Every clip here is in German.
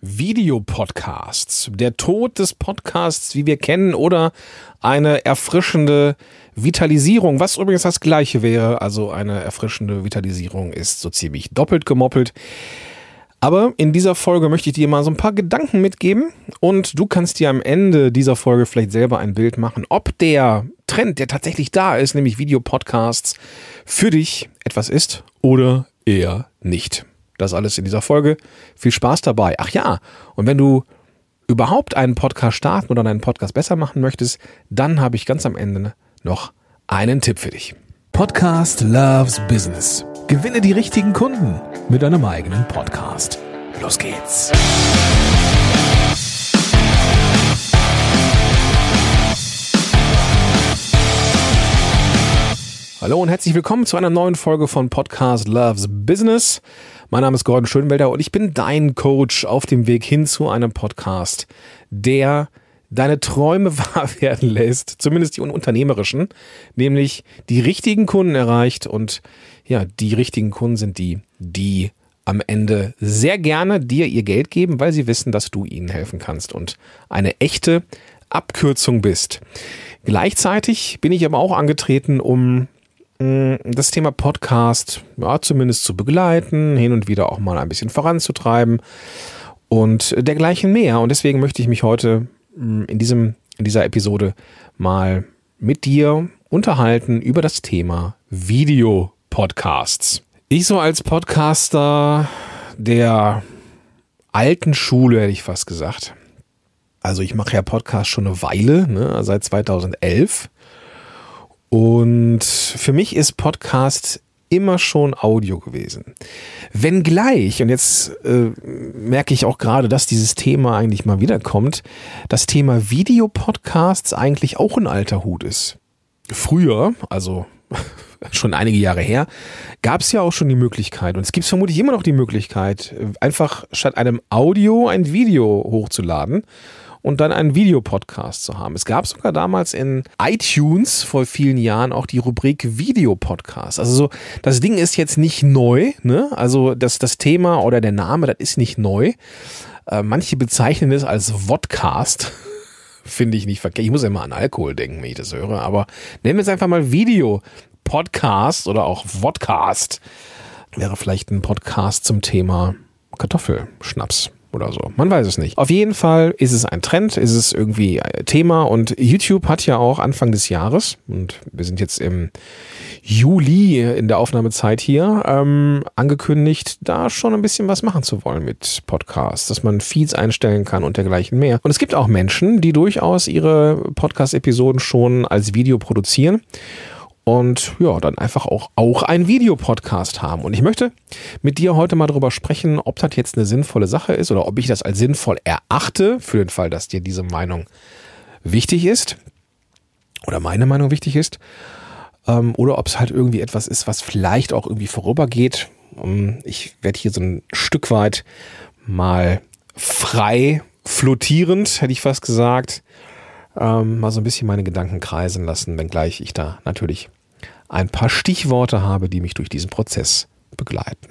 Videopodcasts, der Tod des Podcasts, wie wir kennen, oder eine erfrischende Vitalisierung, was übrigens das Gleiche wäre. Also eine erfrischende Vitalisierung ist so ziemlich doppelt gemoppelt. Aber in dieser Folge möchte ich dir mal so ein paar Gedanken mitgeben und du kannst dir am Ende dieser Folge vielleicht selber ein Bild machen, ob der Trend, der tatsächlich da ist, nämlich Videopodcasts, für dich etwas ist oder eher nicht. Das alles in dieser Folge. Viel Spaß dabei. Ach ja, und wenn du überhaupt einen Podcast starten oder deinen Podcast besser machen möchtest, dann habe ich ganz am Ende noch einen Tipp für dich. Podcast Loves Business. Gewinne die richtigen Kunden mit deinem eigenen Podcast. Los geht's. Hallo und herzlich willkommen zu einer neuen Folge von Podcast Loves Business. Mein Name ist Gordon Schönwelder und ich bin dein Coach auf dem Weg hin zu einem Podcast, der deine Träume wahr werden lässt, zumindest die unternehmerischen, nämlich die richtigen Kunden erreicht. Und ja, die richtigen Kunden sind die am Ende sehr gerne dir ihr Geld geben, weil sie wissen, dass du ihnen helfen kannst und eine echte Abkürzung bist. Gleichzeitig bin ich aber auch angetreten, um das Thema Podcast zumindest zu begleiten, hin und wieder auch mal ein bisschen voranzutreiben und dergleichen mehr. Und deswegen möchte ich mich heute in dieser Episode mal mit dir unterhalten über das Thema Videopodcasts. Ich so als Podcaster der alten Schule, hätte ich fast gesagt. Also ich mache ja Podcast schon eine Weile, seit 2011. Und für mich ist Podcast immer schon Audio gewesen. Wenngleich, und jetzt merke ich auch gerade, dass dieses Thema eigentlich mal wiederkommt, das Thema Videopodcasts eigentlich auch ein alter Hut ist. Früher, also schon einige Jahre her, gab es ja auch schon die Möglichkeit, und es gibt vermutlich immer noch die Möglichkeit, einfach statt einem Audio ein Video hochzuladen und dann einen Videopodcast zu haben. Es gab sogar damals in iTunes vor vielen Jahren auch die Rubrik Videopodcast. Also so, das Ding ist jetzt nicht neu, ne? Also das Thema oder der Name, das ist nicht neu. Manche bezeichnen es als Vodcast. Finde ich nicht verkehrt. Ich muss ja immer an Alkohol denken, wenn ich das höre. Aber nennen wir es einfach mal Videopodcast oder auch Vodcast. Wäre vielleicht ein Podcast zum Thema Kartoffelschnaps oder so. Man weiß es nicht. Auf jeden Fall ist es ein Trend, ist es irgendwie ein Thema, und YouTube hat ja auch Anfang des Jahres, und wir sind jetzt im Juli in der Aufnahmezeit hier, angekündigt, da schon ein bisschen was machen zu wollen mit Podcasts, dass man Feeds einstellen kann und dergleichen mehr. Und es gibt auch Menschen, die durchaus ihre Podcast-Episoden schon als Video produzieren und ja, dann einfach auch einen Videopodcast haben. Und ich möchte mit dir heute mal darüber sprechen, ob das jetzt eine sinnvolle Sache ist oder ob ich das als sinnvoll erachte, für den Fall, dass dir diese Meinung wichtig ist oder meine Meinung wichtig ist, oder ob es halt irgendwie etwas ist, was vielleicht auch irgendwie vorübergeht. Ich werde hier so ein Stück weit mal frei flottierend, hätte ich fast gesagt, mal so ein bisschen meine Gedanken kreisen lassen, wenngleich ich da natürlich ein paar Stichworte habe, die mich durch diesen Prozess begleiten.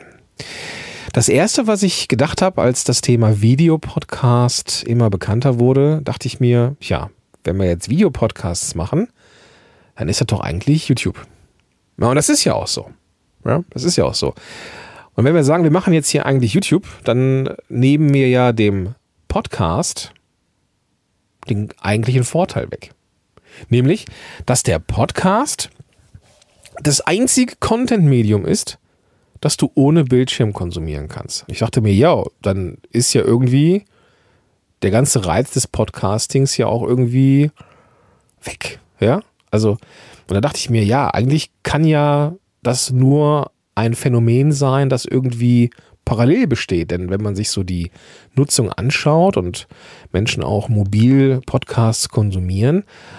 Das erste, was ich gedacht habe, als das Thema Videopodcast immer bekannter wurde, dachte ich mir, wenn wir jetzt Videopodcasts machen, dann ist das doch eigentlich YouTube. Ja, und das ist ja auch so. Ja, das ist ja auch so. Und wenn wir sagen, wir machen jetzt hier eigentlich YouTube, dann nehmen wir ja dem Podcast den eigentlichen Vorteil weg. Nämlich, dass der Podcast das einzige Content-Medium ist, das du ohne Bildschirm konsumieren kannst. Ich dachte mir, dann ist ja irgendwie der ganze Reiz des Podcastings ja auch irgendwie weg. Ja, also, und da dachte ich mir, eigentlich kann ja das nur ein Phänomen sein, das irgendwie parallel besteht. Denn wenn man sich so die Nutzung anschaut und Menschen auch mobil Podcasts konsumieren,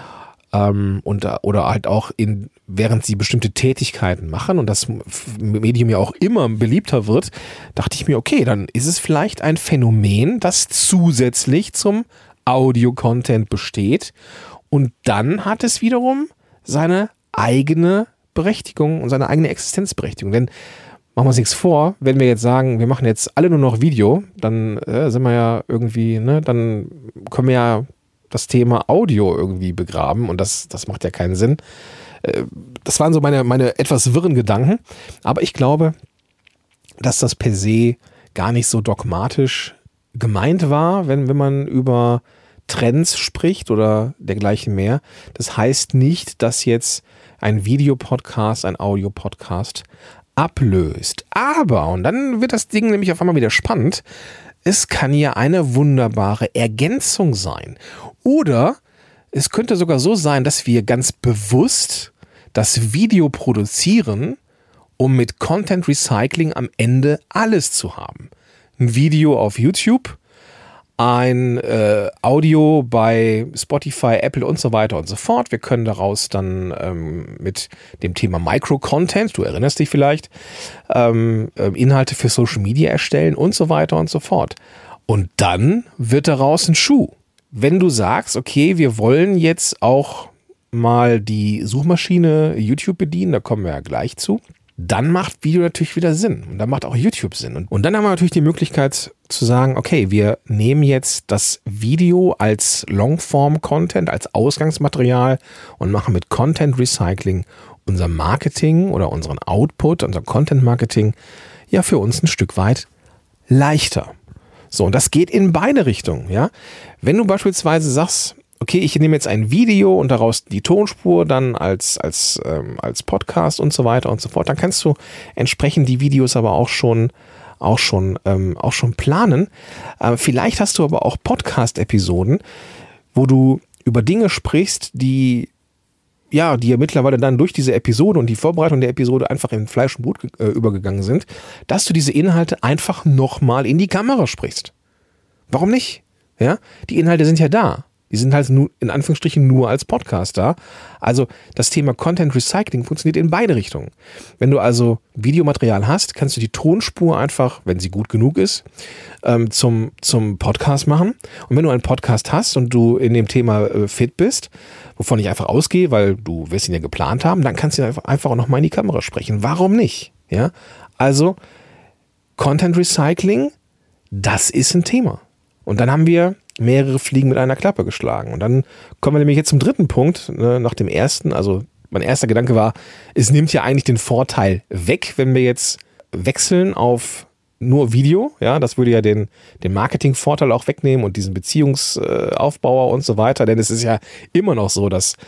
oder halt auch während sie bestimmte Tätigkeiten machen und das Medium ja auch immer beliebter wird, dachte ich mir, okay, dann ist es vielleicht ein Phänomen, das zusätzlich zum Audio-Content besteht, und dann hat es wiederum seine eigene Berechtigung und seine eigene Existenzberechtigung. Denn machen wir uns nichts vor, wenn wir jetzt sagen, wir machen jetzt alle nur noch Video, dann sind wir ja irgendwie, ne, dann können wir ja das Thema Audio irgendwie begraben und das macht ja keinen Sinn. Das waren so meine etwas wirren Gedanken, aber ich glaube, dass das per se gar nicht so dogmatisch gemeint war, wenn man über Trends spricht oder dergleichen mehr. Das heißt nicht, dass jetzt ein Videopodcast, ein Audiopodcast ablöst. Aber, und dann wird das Ding nämlich auf einmal wieder spannend, es kann ja eine wunderbare Ergänzung sein. Oder es könnte sogar so sein, dass wir ganz bewusst das Video produzieren, um mit Content Recycling am Ende alles zu haben. Ein Video auf YouTube, ein Audio bei Spotify, Apple und so weiter und so fort. Wir können daraus dann mit dem Thema Micro-Content, du erinnerst dich vielleicht, Inhalte für Social Media erstellen und so weiter und so fort. Und dann wird daraus ein Schuh. Wenn du sagst, okay, wir wollen jetzt auch mal die Suchmaschine YouTube bedienen, da kommen wir ja gleich zu, dann macht Video natürlich wieder Sinn und dann macht auch YouTube Sinn. Und dann haben wir natürlich die Möglichkeit zu sagen, okay, wir nehmen jetzt das Video als Longform-Content, als Ausgangsmaterial und machen mit Content Recycling unser Marketing oder unseren Output, unser Content Marketing ja für uns ein Stück weit leichter. So, und das geht in beide Richtungen, ja. Wenn du beispielsweise sagst, okay, ich nehme jetzt ein Video und daraus die Tonspur dann als Podcast und so weiter und so fort, dann kannst du entsprechend die Videos aber auch schon planen. Vielleicht hast du aber auch Podcast-Episoden, wo du über Dinge sprichst, die ja mittlerweile dann durch diese Episode und die Vorbereitung der Episode einfach in Fleisch und Blut übergegangen sind, dass du diese Inhalte einfach nochmal in die Kamera sprichst. Warum nicht? Ja, die Inhalte sind ja da. Die sind halt nur, in Anführungsstrichen nur als Podcast da. Also das Thema Content Recycling funktioniert in beide Richtungen. Wenn du also Videomaterial hast, kannst du die Tonspur einfach, wenn sie gut genug ist, zum Podcast machen. Und wenn du einen Podcast hast und du in dem Thema fit bist, wovon ich einfach ausgehe, weil du wirst ihn ja geplant haben, dann kannst du einfach auch nochmal in die Kamera sprechen. Warum nicht? Ja? Also Content Recycling, das ist ein Thema. Und dann haben wir mehrere Fliegen mit einer Klappe geschlagen. Und dann kommen wir nämlich jetzt zum dritten Punkt, ne, nach dem ersten. Also mein erster Gedanke war, es nimmt ja eigentlich den Vorteil weg, wenn wir jetzt wechseln auf nur Video. Ja, das würde ja den Marketing-Vorteil auch wegnehmen und diesen Beziehungsaufbauer und so weiter. Denn es ist ja immer noch so, dass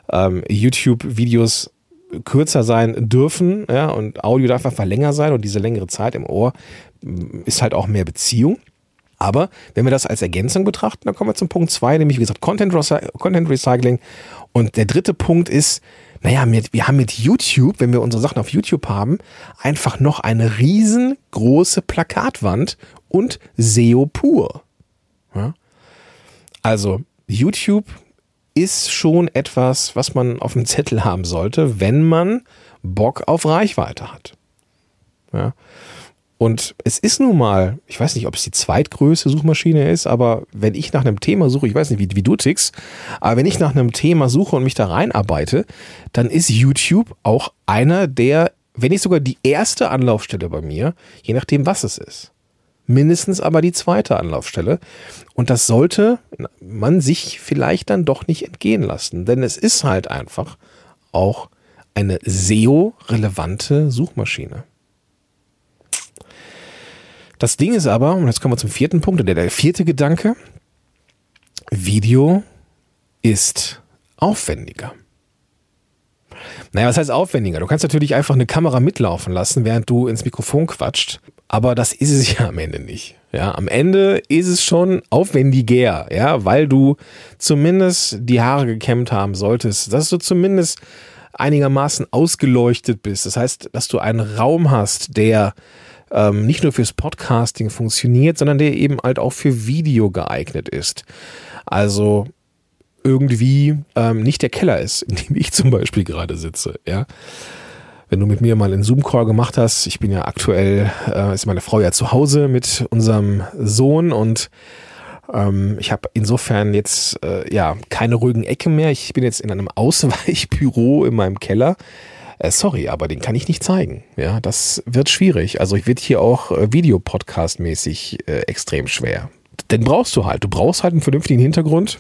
YouTube-Videos kürzer sein dürfen, ja, und Audio darf einfach länger sein und diese längere Zeit im Ohr ist halt auch mehr Beziehung. Aber wenn wir das als Ergänzung betrachten, dann kommen wir zum Punkt 2, nämlich wie gesagt Content Recycling. Und der dritte Punkt ist, naja, wir haben mit YouTube, wenn wir unsere Sachen auf YouTube haben, einfach noch eine riesengroße Plakatwand und SEO pur. Ja? Also YouTube ist schon etwas, was man auf dem Zettel haben sollte, wenn man Bock auf Reichweite hat. Ja? Und es ist nun mal, ich weiß nicht, ob es die zweitgrößte Suchmaschine ist, aber wenn ich nach einem Thema suche, ich weiß nicht, wie du tickst, aber wenn ich nach einem Thema suche und mich da reinarbeite, dann ist YouTube auch einer der, wenn nicht sogar die erste Anlaufstelle bei mir, je nachdem, was es ist. Mindestens aber die zweite Anlaufstelle. Und das sollte man sich vielleicht dann doch nicht entgehen lassen, denn es ist halt einfach auch eine SEO-relevante Suchmaschine. Das Ding ist aber, und jetzt kommen wir zum vierten Punkt, der vierte Gedanke, Video ist aufwendiger. Naja, was heißt aufwendiger? Du kannst natürlich einfach eine Kamera mitlaufen lassen, während du ins Mikrofon quatscht, aber das ist es ja am Ende nicht. Ja, am Ende ist es schon aufwendiger, ja, weil du zumindest die Haare gekämmt haben solltest, dass du zumindest einigermaßen ausgeleuchtet bist. Das heißt, dass du einen Raum hast, der nicht nur fürs Podcasting funktioniert, sondern der eben halt auch für Video geeignet ist. Also irgendwie nicht der Keller ist, in dem ich zum Beispiel gerade sitze. Ja? Wenn du mit mir mal einen Zoom-Call gemacht hast, ich bin ja aktuell, ist meine Frau ja zu Hause mit unserem Sohn und ich habe insofern jetzt keine ruhigen Ecken mehr. Ich bin jetzt in einem Ausweichbüro in meinem Keller. Sorry, aber den kann ich nicht zeigen. Ja, das wird schwierig. Also ich wird hier auch Videopodcast-mäßig extrem schwer. Den brauchst du halt. Du brauchst halt einen vernünftigen Hintergrund.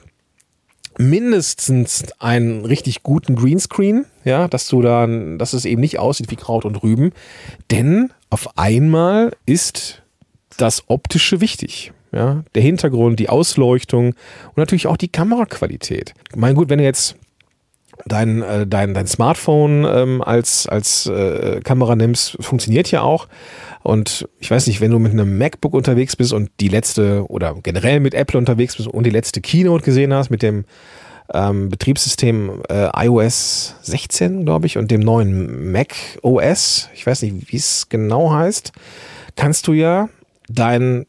Mindestens einen richtig guten Greenscreen, ja, dass es eben nicht aussieht wie Kraut und Rüben. Denn auf einmal ist das Optische wichtig. Ja, der Hintergrund, die Ausleuchtung und natürlich auch die Kameraqualität. Ich meine, gut, wenn du jetzt dein Smartphone als Kamera nimmst, funktioniert ja auch. Und ich weiß nicht, wenn du mit einem MacBook unterwegs bist und die letzte oder generell mit Apple unterwegs bist und die letzte Keynote gesehen hast mit dem Betriebssystem iOS 16, glaube ich, und dem neuen Mac OS, ich weiß nicht, wie es genau heißt, kannst du ja dein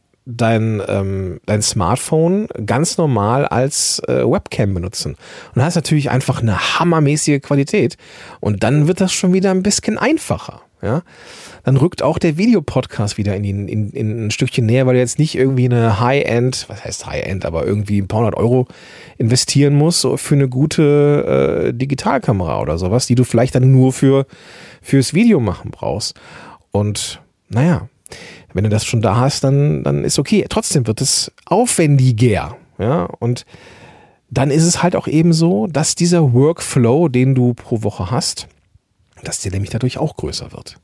Smartphone ganz normal als Webcam benutzen. Und hast natürlich einfach eine hammermäßige Qualität. Und dann wird das schon wieder ein bisschen einfacher. Ja? Dann rückt auch der Videopodcast wieder in ein Stückchen näher, weil du jetzt nicht irgendwie eine High-End, was heißt High-End, aber irgendwie ein paar hundert Euro investieren musst für eine gute Digitalkamera oder sowas, die du vielleicht dann nur fürs Video machen brauchst. Und naja, wenn du das schon da hast, dann ist okay. Trotzdem wird es aufwendiger. Ja? Und dann ist es halt auch eben so, dass dieser Workflow, den du pro Woche hast, dass der nämlich dadurch auch größer wird.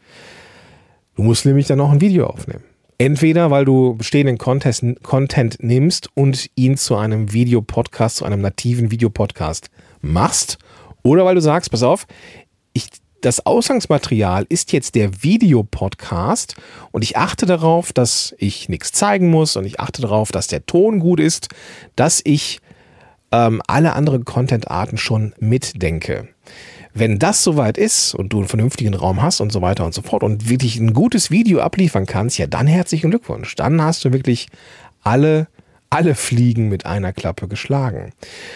Du musst nämlich dann auch ein Video aufnehmen. Entweder, weil du bestehenden Content nimmst und ihn zu einem Videopodcast, zu einem nativen Videopodcast machst, oder weil du sagst, pass auf, das Ausgangsmaterial ist jetzt der Videopodcast und ich achte darauf, dass ich nichts zeigen muss und ich achte darauf, dass der Ton gut ist, dass ich alle anderen Content-Arten schon mitdenke. Wenn das soweit ist und du einen vernünftigen Raum hast und so weiter und so fort und wirklich ein gutes Video abliefern kannst, ja dann herzlichen Glückwunsch. Dann hast du wirklich alle Fliegen mit einer Klappe geschlagen.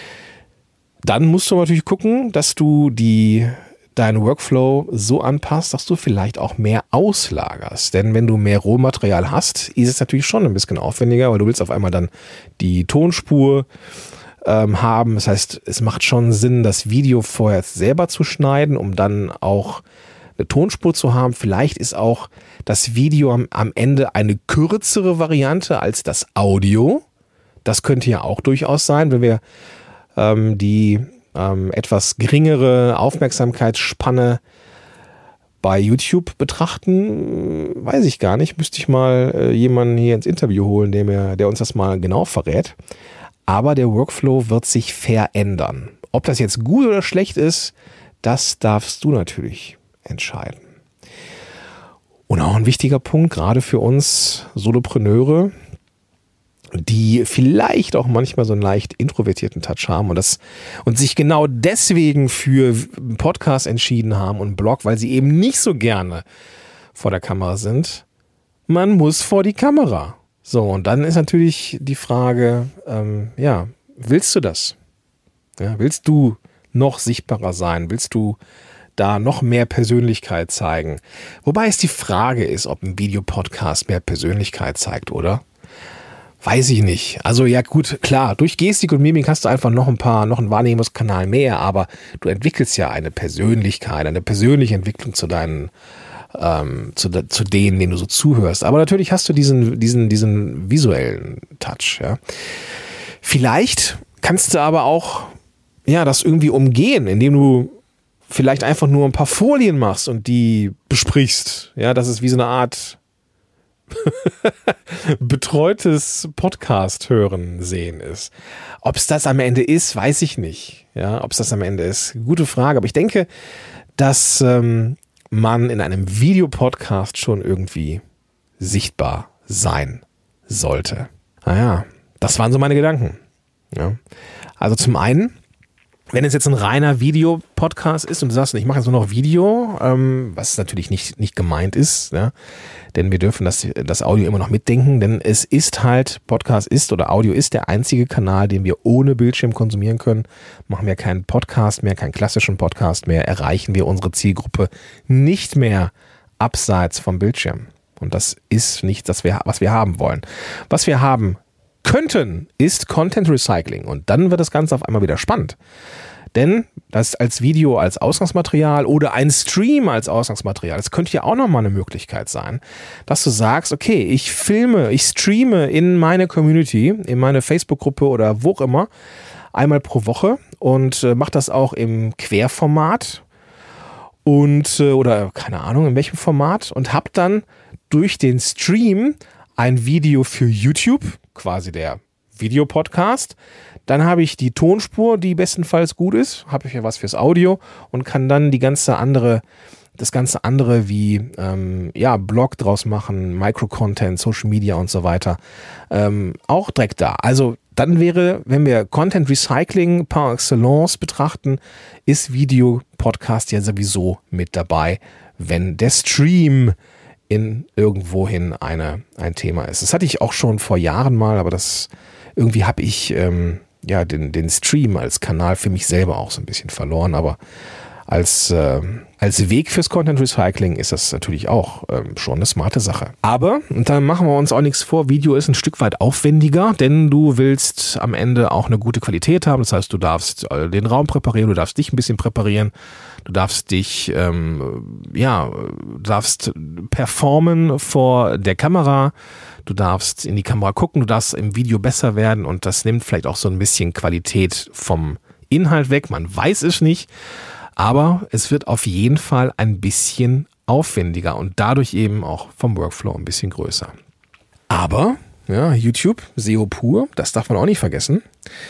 Dann musst du natürlich gucken, dass du deinen Workflow so anpasst, dass du vielleicht auch mehr auslagerst. Denn wenn du mehr Rohmaterial hast, ist es natürlich schon ein bisschen aufwendiger, weil du willst auf einmal dann die Tonspur haben. Das heißt, es macht schon Sinn, das Video vorher selber zu schneiden, um dann auch eine Tonspur zu haben. Vielleicht ist auch das Video am Ende eine kürzere Variante als das Audio. Das könnte ja auch durchaus sein, wenn wir die etwas geringere Aufmerksamkeitsspanne bei YouTube betrachten, weiß ich gar nicht. Müsste ich mal jemanden hier ins Interview holen, der uns das mal genau verrät. Aber der Workflow wird sich verändern. Ob das jetzt gut oder schlecht ist, das darfst du natürlich entscheiden. Und auch ein wichtiger Punkt, gerade für uns Solopreneure, die vielleicht auch manchmal so einen leicht introvertierten Touch haben und sich genau deswegen für einen Podcast entschieden haben und einen Blog, weil sie eben nicht so gerne vor der Kamera sind. Man muss vor die Kamera. So, und dann ist natürlich die Frage, willst du das? Ja, willst du noch sichtbarer sein? Willst du da noch mehr Persönlichkeit zeigen? Wobei es die Frage ist, ob ein Videopodcast mehr Persönlichkeit zeigt, oder? Weiß ich nicht. Also ja gut, klar, durch Gestik und Mimik hast du einfach noch einen Wahrnehmungskanal mehr, aber du entwickelst ja eine Persönlichkeit, eine persönliche Entwicklung zu denen, denen du so zuhörst. Aber natürlich hast du diesen visuellen Touch, ja. Vielleicht kannst du aber auch, ja, das irgendwie umgehen, indem du vielleicht einfach nur ein paar Folien machst und die besprichst. Ja, das ist wie so eine Art betreutes Podcast-Hören sehen ist. Ob es das am Ende ist, weiß ich nicht. Ja, ob es das am Ende ist, gute Frage. Aber ich denke, dass man in einem Videopodcast schon irgendwie sichtbar sein sollte. Naja, das waren so meine Gedanken. Ja. Also zum einen, wenn es jetzt ein reiner Videopodcast ist und du sagst, ich mache jetzt nur noch Video, was natürlich nicht gemeint ist, ja, denn wir dürfen das Audio immer noch mitdenken, denn es ist halt, Podcast ist oder Audio ist der einzige Kanal, den wir ohne Bildschirm konsumieren können. Machen wir keinen Podcast mehr, keinen klassischen Podcast mehr, erreichen wir unsere Zielgruppe nicht mehr abseits vom Bildschirm. Und das ist nicht das, was wir haben wollen. Was wir haben könnten, ist Content Recycling. Und dann wird das Ganze auf einmal wieder spannend. Denn das als Video als Ausgangsmaterial oder ein Stream als Ausgangsmaterial, das könnte ja auch nochmal eine Möglichkeit sein, dass du sagst, okay, ich streame in meine Community, in meine Facebook-Gruppe oder wo auch immer, einmal pro Woche und mache das auch im Querformat und oder keine Ahnung in welchem Format und habe dann durch den Stream ein Video für YouTube, quasi der Videopodcast. Dann habe ich die Tonspur, die bestenfalls gut ist, habe ich ja was fürs Audio und kann dann das ganze andere wie Blog draus machen, Micro-Content, Social Media und so weiter, auch direkt da. Also dann wäre, wenn wir Content Recycling par excellence betrachten, ist Video-Podcast ja sowieso mit dabei, wenn der Stream in irgendwohin ein Thema ist. Das hatte ich auch schon vor Jahren mal, aber irgendwie habe ich den Stream als Kanal für mich selber auch so ein bisschen verloren, aber als Weg fürs Content Recycling ist das natürlich auch schon eine smarte Sache. Aber, und dann machen wir uns auch nichts vor, Video ist ein Stück weit aufwendiger, denn du willst am Ende auch eine gute Qualität haben. Das heißt, du darfst den Raum präparieren, du darfst dich ein bisschen präparieren, du darfst dich, darfst performen vor der Kamera, du darfst in die Kamera gucken, du darfst im Video besser werden und das nimmt vielleicht auch so ein bisschen Qualität vom Inhalt weg. Man weiß es nicht. Aber es wird auf jeden Fall ein bisschen aufwendiger und dadurch eben auch vom Workflow ein bisschen größer. Aber YouTube, SEO pur, das darf man auch nicht vergessen.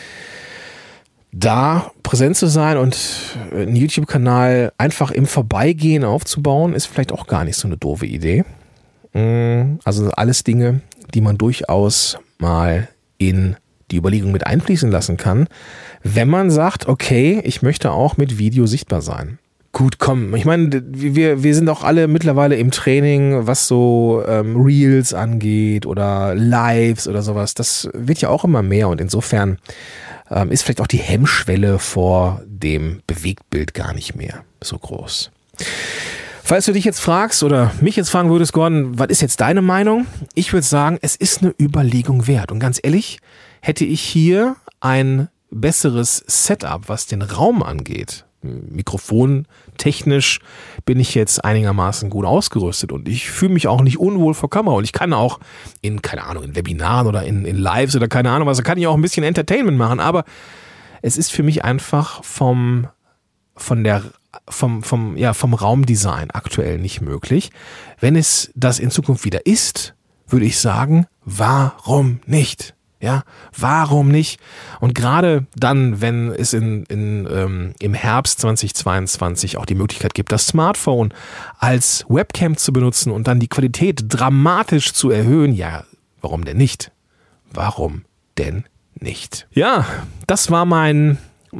Da präsent zu sein und einen YouTube-Kanal einfach im Vorbeigehen aufzubauen, ist vielleicht auch gar nicht so eine doofe Idee. Also alles Dinge, die man durchaus mal in die Überlegung mit einfließen lassen kann, wenn man sagt, okay, ich möchte auch mit Video sichtbar sein. Gut, komm, ich meine, wir sind auch alle mittlerweile im Training, was so Reels angeht oder Lives oder sowas. Das wird ja auch immer mehr und insofern ist vielleicht auch die Hemmschwelle vor dem Bewegtbild gar nicht mehr so groß. Falls du dich jetzt fragst oder mich jetzt fragen würdest, Gordon, was ist jetzt deine Meinung? Ich würde sagen, es ist eine Überlegung wert. Und ganz ehrlich, hätte ich hier ein besseres Setup, was den Raum angeht, mikrofontechnisch bin ich jetzt einigermaßen gut ausgerüstet und ich fühle mich auch nicht unwohl vor Kamera und ich kann auch in Webinaren oder in Lives oder keine Ahnung was, da kann ich auch ein bisschen Entertainment machen, aber es ist für mich einfach vom Raumdesign aktuell nicht möglich. Wenn es das in Zukunft wieder ist, würde ich sagen, warum nicht? Ja, warum nicht? Und gerade dann, wenn es im Herbst 2022 auch die Möglichkeit gibt, das Smartphone als Webcam zu benutzen und dann die Qualität dramatisch zu erhöhen, ja, warum denn nicht? Warum denn nicht? Ja, das war mein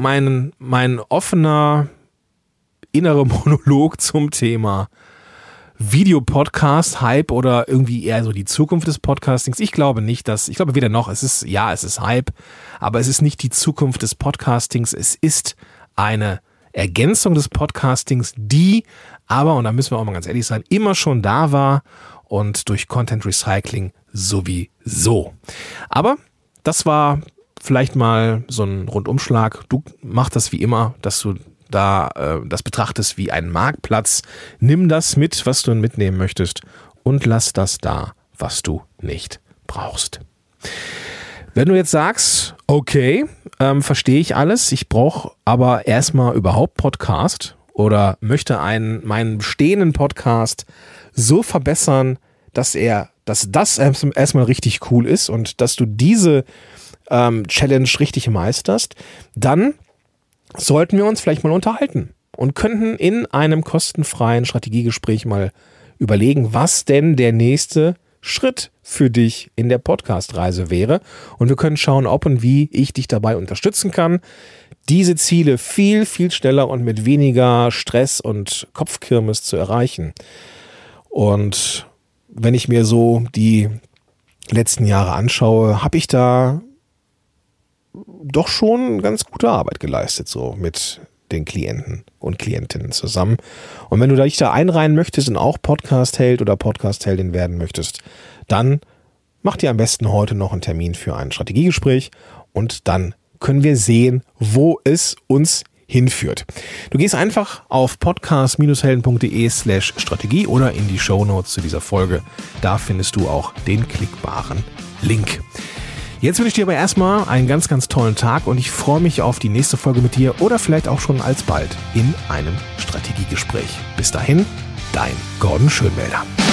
offener innerer Monolog zum Thema Videopodcast-Hype oder irgendwie eher so die Zukunft des Podcastings. Ich glaube weder noch, es ist Hype, aber es ist nicht die Zukunft des Podcastings, es ist eine Ergänzung des Podcastings, die aber, und da müssen wir auch mal ganz ehrlich sein, immer schon da war und durch Content Recycling sowieso. Aber das war vielleicht mal so ein Rundumschlag. Du machst das wie immer, dass du da das betrachtest wie einen Marktplatz. Nimm das mit, was du mitnehmen möchtest und lass das da, was du nicht brauchst. Wenn du jetzt sagst, okay, verstehe ich alles, ich brauche aber erstmal überhaupt Podcast oder möchte meinen bestehenden Podcast so verbessern, dass das erstmal richtig cool ist und dass du diese Challenge richtig meisterst, dann sollten wir uns vielleicht mal unterhalten und könnten in einem kostenfreien Strategiegespräch mal überlegen, was denn der nächste Schritt für dich in der Podcast-Reise wäre. Und wir können schauen, ob und wie ich dich dabei unterstützen kann, diese Ziele viel, viel schneller und mit weniger Stress und Kopfkirmes zu erreichen. Und wenn ich mir so die letzten Jahre anschaue, habe ich da doch schon ganz gute Arbeit geleistet, so mit den Klienten und Klientinnen zusammen. Und wenn du dich da einreihen möchtest und auch Podcast-Held oder Podcast-Heldin werden möchtest, dann mach dir am besten heute noch einen Termin für ein Strategiegespräch und dann können wir sehen, wo es uns hinführt. Du gehst einfach auf podcast-helden.de/Strategie oder in die Shownotes zu dieser Folge. Da findest du auch den klickbaren Link. Jetzt wünsche ich dir aber erstmal einen ganz, ganz tollen Tag und ich freue mich auf die nächste Folge mit dir oder vielleicht auch schon alsbald in einem Strategiegespräch. Bis dahin, dein Gordon Schönwelder.